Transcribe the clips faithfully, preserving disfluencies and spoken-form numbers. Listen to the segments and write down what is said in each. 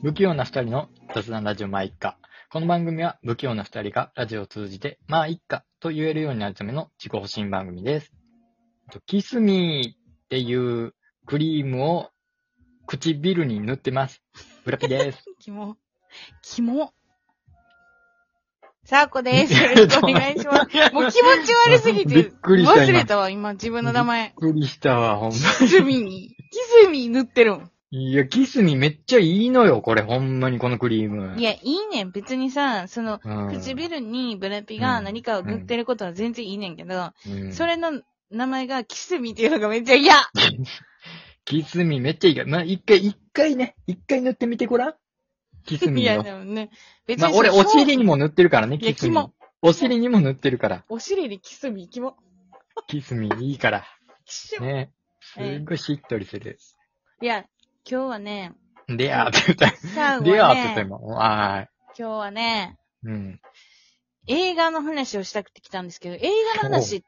不器用な二人の雑談ラジオまあいっか。この番組は不器用な二人がラジオを通じてまあいっかと言えるようになるための自己保身番組です。キスミーっていうクリームを唇に塗ってます。ブラピです。 キモ。キモ。さあこです。よろしくお願いします。もう気持ち悪すぎて。 びっくりした。 忘れたわ、今、自分の名前。 びっくりしたわ、ほんま。 キスミー。キスミー塗ってるん。 いや、キスミーめっちゃいいのよ、これ、ほんまにこのクリーム。 いや、いいねん。別にさ、その、 うん、 唇にブラピが何かを塗ってることは全然いいねんけど、うん、それの名前がキスミーっていうのがめっちゃ嫌。 キスミーめっちゃいいから。まあ、一回、一回ね、一回塗ってみてごらん。キスミーの。 いや、でもね。 別にまあ、俺、お尻にも塗ってるからね、キスミー。いや、キモ。お尻にも塗ってるから。 お尻にキスミー、キモ。 キスミーいいから。ね。すっごいしっとりする。 いや、今日はね。 レアーって言ったら。 ね、 レアーって言った今。はい。 今日はね。 うん。 映画の話をしたくて来たんですけど、映画の話って、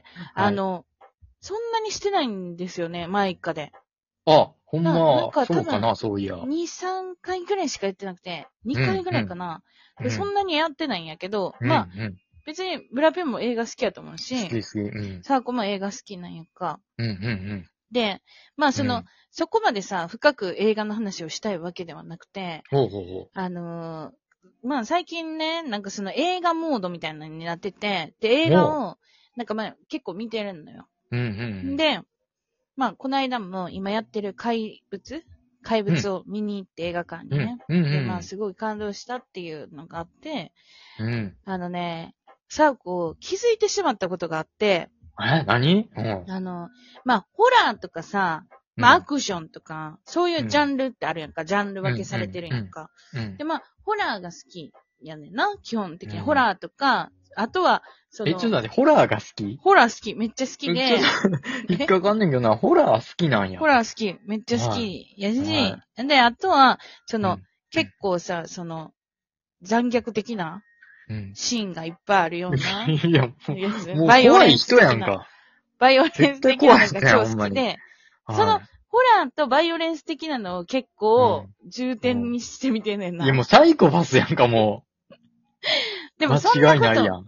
あの、はい、そんなにしてないんですよね、前一家で。 あ、ほんま、なんかそうかな、そういや。 に、さんかいぐらいしかやってなくて、にかいぐらいかな。うんうん、でそんなにやってないんやけど、うん、まあ、うんうん、別にブラピンも映画好きやと思うし、 好き好き、うん、 サーコも映画好きなんやんか。 うんうんうん、 で、まあその、うん、そこまでさ、深く映画の話をしたいわけではなくて、 ほうほうほうあのー、まあ最近ね、なんかその映画モードみたいなのになってて、で、映画を、なんかまあ結構見てるのよ。 うんうんうん、 で、まあこの間も今やってる怪物怪物を見に行って映画館にね。 うんうんうん、 で、まあすごい感動したっていうのがあって、 うん、 あのね、サーコ気づいてしまったことがあって、 え、何、うん、 あの、まあホラーとかさ、まあアクションとか、そういうジャンルってあるやんか、ジャンル分けされてるやんか。で、まあホラーが好きやねんな、基本的に。ホラーとか、あとは、その。 え、ちょっと待って、ホラーが好き？ ホラー好き。めっちゃ好きで。 引っかかんねんけどな、ホラー好きなんや。 ホラー好き。めっちゃ好き。やし、はい、で、あとは、その、うん、結構さ、その、残虐的なシーンがいっぱいあるような。 うん、いや、もう、 バイオ怖いレンス的な。 人やんか。 バイオレンス的なのが超好きで、その、ホラーとバイオレンス的なのを結構、重点にしてみてんねんな。 いや、もうサイコパスやんか、もう。 でもそんなこと、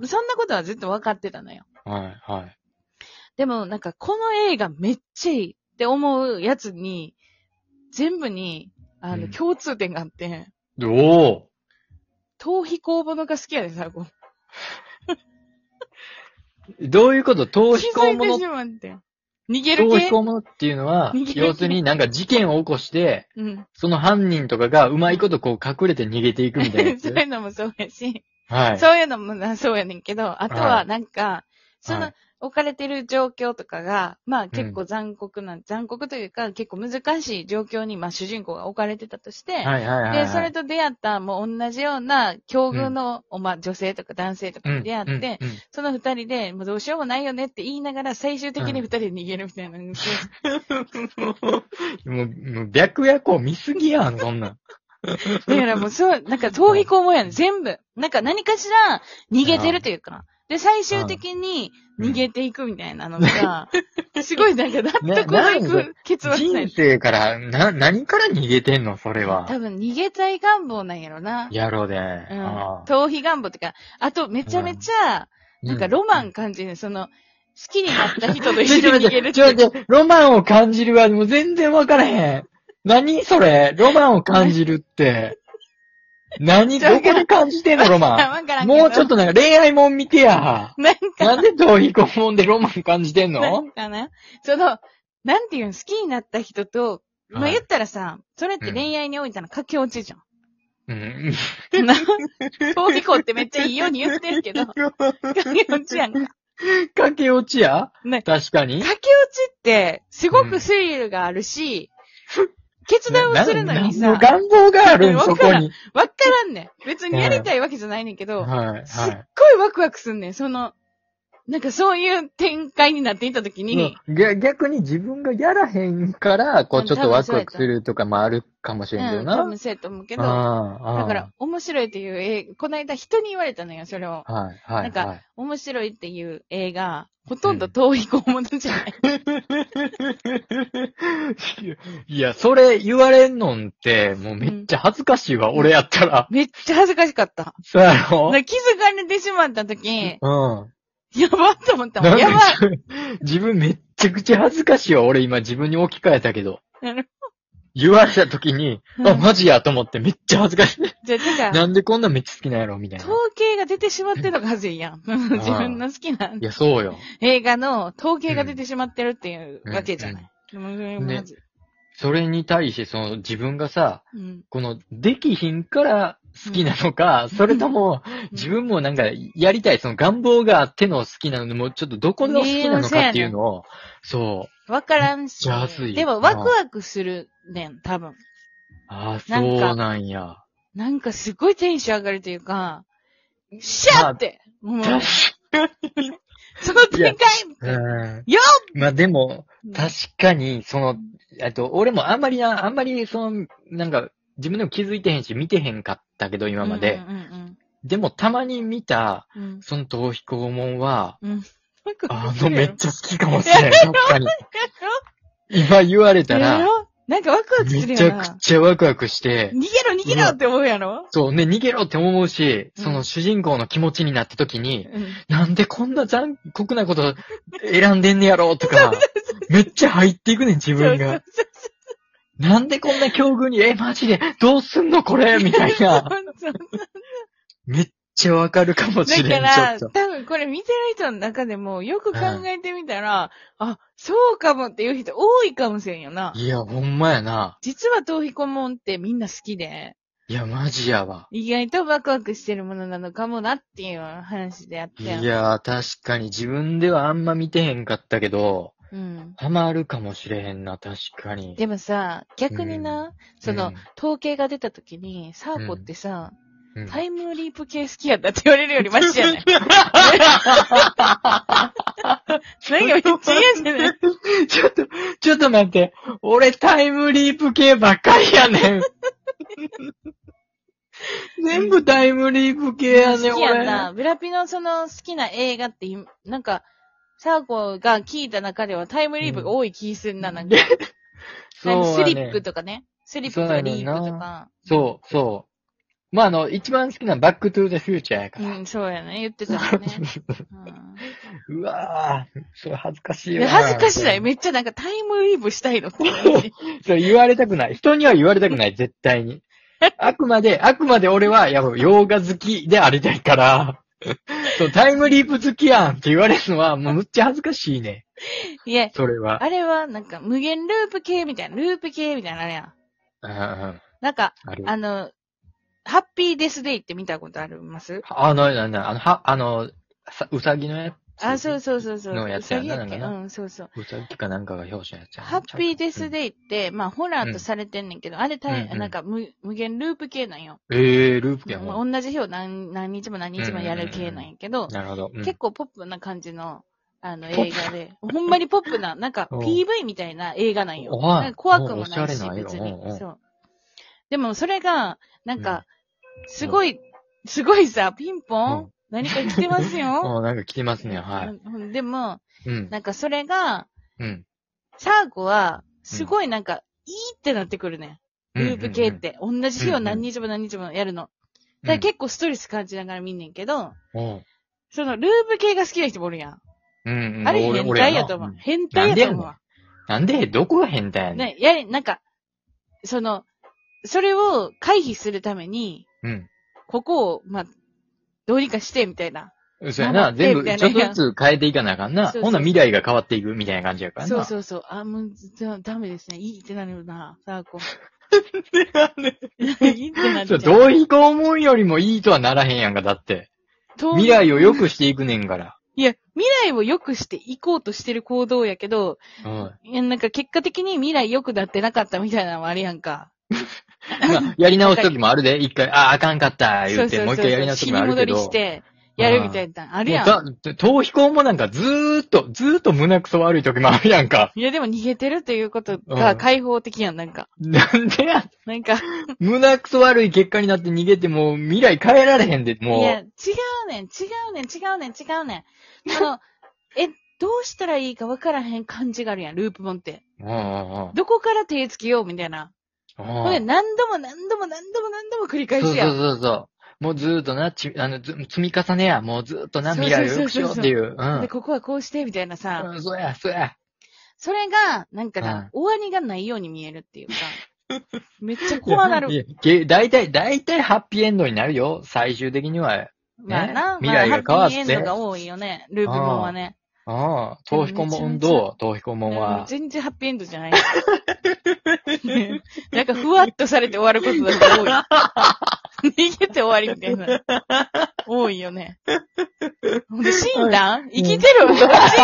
そんなことはずっと分かってたのよ。 はい、はい。 でもなんかこの映画めっちゃいいって思うやつに、全部に、あの、うん、共通点があって。 おお。 逃避行ものが好きやで、最後。 どういうこと？逃避行もの。 気づいてしまって。逃げる系？ 逃避行ものっていうのは、要するになんか事件を起こして、うん、その犯人とかがうまいことこう隠れて逃げていくみたいなやつ。 そういうのもそうやし。 はい。 そういうのもそうやねんけど、あとはなんか、はい、その、置かれてる状況とかが、まあ結構残酷な、うん、残酷というか結構難しい状況に、まあ主人公が置かれてたとして、 はいはいはいはい、 で、それと出会ったもう同じような境遇の、うん、まあ女性とか男性とかに出会って、うんうんうん、その二人で、もうどうしようもないよねって言いながら最終的に二人で逃げるみたいな、うん。 もう、もう白夜行見すぎやん、そんなん。 だからもうそう、なんか逃避行もやん、全部。なんか何かしら逃げてるというか。で、最終的に逃げていくみたいなのが、すごいなんか納得のいく結末人生から、な、何から逃げてんのそれは。 多分逃げたい願望なんやろな。 やろうで。うん。 逃避願望ってか、あとめちゃめちゃ、なんかロマン感じる、その、好きになった人と一緒に逃げるって。 ちょっと待って、ロマンを感じるはもう全然わからへん。何それロマンを感じるって。何どこで感じてんのロマン。もうちょっとなんか恋愛もん見てや。なんか。なんで逃避行もんでロマン感じてんの？ なんかな。その、なんていうの、好きになった人と、まあ、言ったらさ、それって恋愛においたら駆け落ちじゃん。 うん。 な、逃避行ってめっちゃいいように言ってるけど、駆け落ちやんか。 駆け落ちやね。確かに。 駆け落ちって、すごくスリルがあるし、うん決断をするのにさ。 願望があるん、そこに。 わからんねん。別にやりたいわけじゃないねんけど、はいはい、すっごいワクワクすんねん。その、なんかそういう展開になっていったときに、 うん。逆に自分がやらへんから、こうちょっとワクワクするとかもあるかもしれんけどな。 うん、多分そうやと思うけど、ああだから面白いっていう映画、この間人に言われたのよ、それを。 はいはい、はい。 なんか、面白いっていう映画、 ほとんど遠い肛門じゃない。 いや、それ言われんのんって、もうめっちゃ恥ずかしいわ、うん、俺やったら。 めっちゃ恥ずかしかった。 そうやろ？ 気づかれてしまった時、 うん。 やばっと思ったもん。やばい。 自分めっちゃくちゃ恥ずかしいわ、俺今自分に置き換えたけど。言われた時に、うん、あ、マジやと思ってめっちゃ恥ずかしい。じゃあ、じゃあ、なんでこんなめっちゃ好きなんやろみたいな。 統計が出てしまってるのが恥ずいやん。自分の好きな。 いや、そうよ。 映画の統計が出てしまってるっていうわけじゃない。うんうん、 ね、それに対して、その自分がさ、うん、この、できひんから好きなのか、うん、それとも、自分もなんか、やりたい、その願望があっての好きなので、もうちょっとどこの好きなのかっていうのを、そう。 わからんし。でも、ワクワクするねん、多分。 ああ、そうなんや。 なんかすごいテンション上がるというか、シャーって、もう、確かに。その展開よっまあでも、確かに、その、えっと、俺もあんまりな、あんまり、その、なんか、自分でも気づいてへんし、見てへんかったけど、今まで。うんうんうん、でも、たまに見た、うん、その逃避肛門は、うん、あの、めっちゃ好きかもしれん、確かに。今言われたら、 なんかワクワクするよな。 めちゃくちゃワクワクして。 逃げろ逃げろって思うやろ？ そうね、逃げろって思うし、うん、その主人公の気持ちになった時に、うん、なんでこんな残酷なこと選んでんねやろとか、めっちゃ入っていくねん、自分が。なんでこんな境遇に、え、マジで、どうすんのこれみたいな。めっちゃわかるかもしれん。 だから、多分これ見てる人の中でも、よく考えてみたら、うん、あ、そうかもっていう人多いかもしれんよな。 いや、ほんまやな。 実は逃避肛門ってみんな好きで。 いや、マジやわ。 意外とワクワクしてるものなのかもなっていう話であって。 いや、確かに自分ではあんま見てへんかったけど、うん。ハマるかもしれへんな、確かに。 でもさ、逆にな、うん、その、うん、統計が出た時に、サーコってさ、うん、タイムリープ系好きやったって言われるよりマシやねん。なんかめっちゃ嫌じゃない？ ちょっと、ちょっと待って。俺タイムリープ系ばっかりやねん。全部タイムリープ系やねん、 好きやんな。ブラピのその好きな映画って、なんか、サーコが聞いた中ではタイムリープが多い気するな、なんか。そう、ね。スリップとかね。スリップとかリープとか。 そう、そう。まあ、あの、一番好きなバックトゥーザフューチャーやから。 うん、そうやね。言ってたもんね。 うん、うわぁ、それ恥ずかしいわ。 恥ずかしない。めっちゃなんかタイムリープしたいのって。 そう言われたくない。人には言われたくない、絶対に。あくまで、あくまで俺は、やっぱ、洋画好きでありたいから、そう、タイムリープ好きやんって言われるのは、もうむっちゃ恥ずかしいね。 いや、 それは。 あれは、なんか、無限ループ系みたいな、ループ系みたいなのあれやん。 うん。 なんか、あ, あの、ハッピーデスデイって見たことありますあの、なんだ、あの、は、あの、うさぎのやつ。 あ、そうそうそうそう。 のやつやな、なんかな。 うん、そうそう。 うさぎかなんかが表紙のやつやな。 ハッピーデスデイって、うん、まあ、ホラーとされてんねんけど、うん、あれ大変、うん、なんか無、無限ループ系なんよ。 ええー、ループ系も、うん、同じ日を何、何日も何日もやる系なんやけど、 うんうんうん、なるほど、うん。 結構ポップな感じの、あの、映画で、ほんまにポップな、なんか ピーブイ みたいな映画なんよ。なんか怖くもないし、別に。そう。でも、それが、なんか、すごい、すごいさ、ピンポン、うん、何か来てますよ。 あなんか来てますね、はい。 でも、 うん、 なんかそれが、 うん、 サーコは、すごいなんか、いいってなってくるね。ループ系って。同じ日を何日も何日もやるの。だから結構ストレス感じながら見んねんけど、 うん、 そのループ系が好きな人もおるやん。 うんうん、 あれ変態やと思う。変態やと思う。 なんでどこが変態やねん。 ね、やり、なんか、その、それを回避するために、 うん。 ここを、まあ、どうにかして、みたいな。 そうやな。全部、ちょっとずつ変えていかなあかんな。そうそうそうほんな未来が変わっていくみたいな感じやからな。 そうそうそう。あ、もう、ダメですね。いいってなるな、サーコ。いいってなっちゃう。 同意肛門よりもいいとはならへんやんか、だって。未来を良くしていくねんから。 いや、未来を良くしていこうとしてる行動やけど、 うん。 いや、なんか結果的に未来良くなってなかったみたいなのもあるやんか。 まあ、やり直すときもあるで、一回、あ、あかんかった、言って、もう一回やり直すときもあるけど。 死に戻りして、やるみたいな、あるやん。 逃避行もなんかずーっと、ずーっと胸くそ悪いときもあるやんか。 いや、でも逃げてるということが開放的やん、なんか。 なんでやなんか。 胸くそ悪い結果になって逃げても未来変えられへんで、もう。 いや、違うねん、違うねん、違うねん、違うねん。あの、え、 どうしたらいいかわからへん感じがあるやん、ループ本って。 うんうんうん。 どこから手つけようみたいな。ほんで、何度も何度も何度も何度も繰り返しやん。 そうそうそうそう。もうずーっとな、ち、あの、ず積み重ねや。もうずーっとな、未来を良くしようっていう。うん。 で、ここはこうして、みたいなさ。 うん、そうや、そうや。 それが、なんかな、終わりがないように見えるっていうか。めっちゃ怖なる。 いや、だいたい、だいたいハッピーエンドになるよ。最終的には。 まあな、 未来が変わって。 ハッピーエンドが多いよね。ループ本はね。 ああ、逃避顧問どう逃避顧問は。 全然ハッピーエンドじゃない。なんかふわっとされて終わることだけ多い。逃げて終わりみたいな。多いよね。ほんで、死んだん生きてる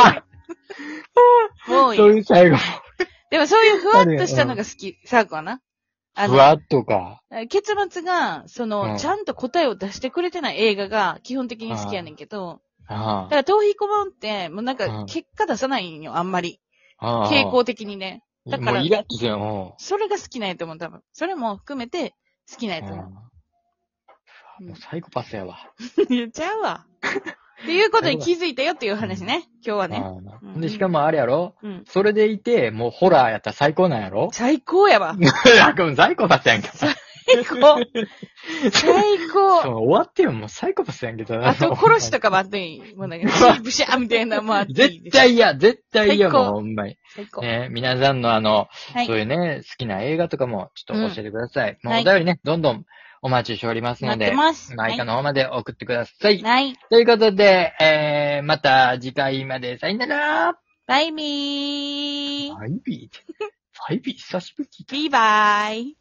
多い。 そういう最後。 でもそういうふわっとしたのが好き、サークはな。 ふわっとか。 結末が、その、ちゃんと答えを出してくれてない映画が基本的に好きやねんけど、だから、逃避顧問って、もうなんか、結果出さないんよ、あんまり。傾向的にね。だから、 もうイラッとするよ。 それが好きなんやと思う、多分。それも含めて、好きなんやと思う。もうサイコパスやわ。 言っちゃうわ。っていうことに気づいたよっていう話ね、今日はね。 で、しかもあれやろそれでいて、もうホラーやったら最高なんやろ最高やわ。 なんかもうサイコパスやんか。 最高。最高。 そう、終わってよ、もうサイコパスやんけど。 あと殺しとかもあっていい。もうなんか、ブシャーみたいなのもあっていい。 絶対嫌、絶対嫌、もうほんまに。 最高。 ね、皆さんのあの、そういうね、好きな映画とかもちょっと教えてください。もうお便りね、どんどんお待ちしておりますので、マイカの方まで送ってください。 はい。 ということで、えー、また次回までさよなら。 バイビー。 バイビーバイビー久しぶり。 ビーバイ。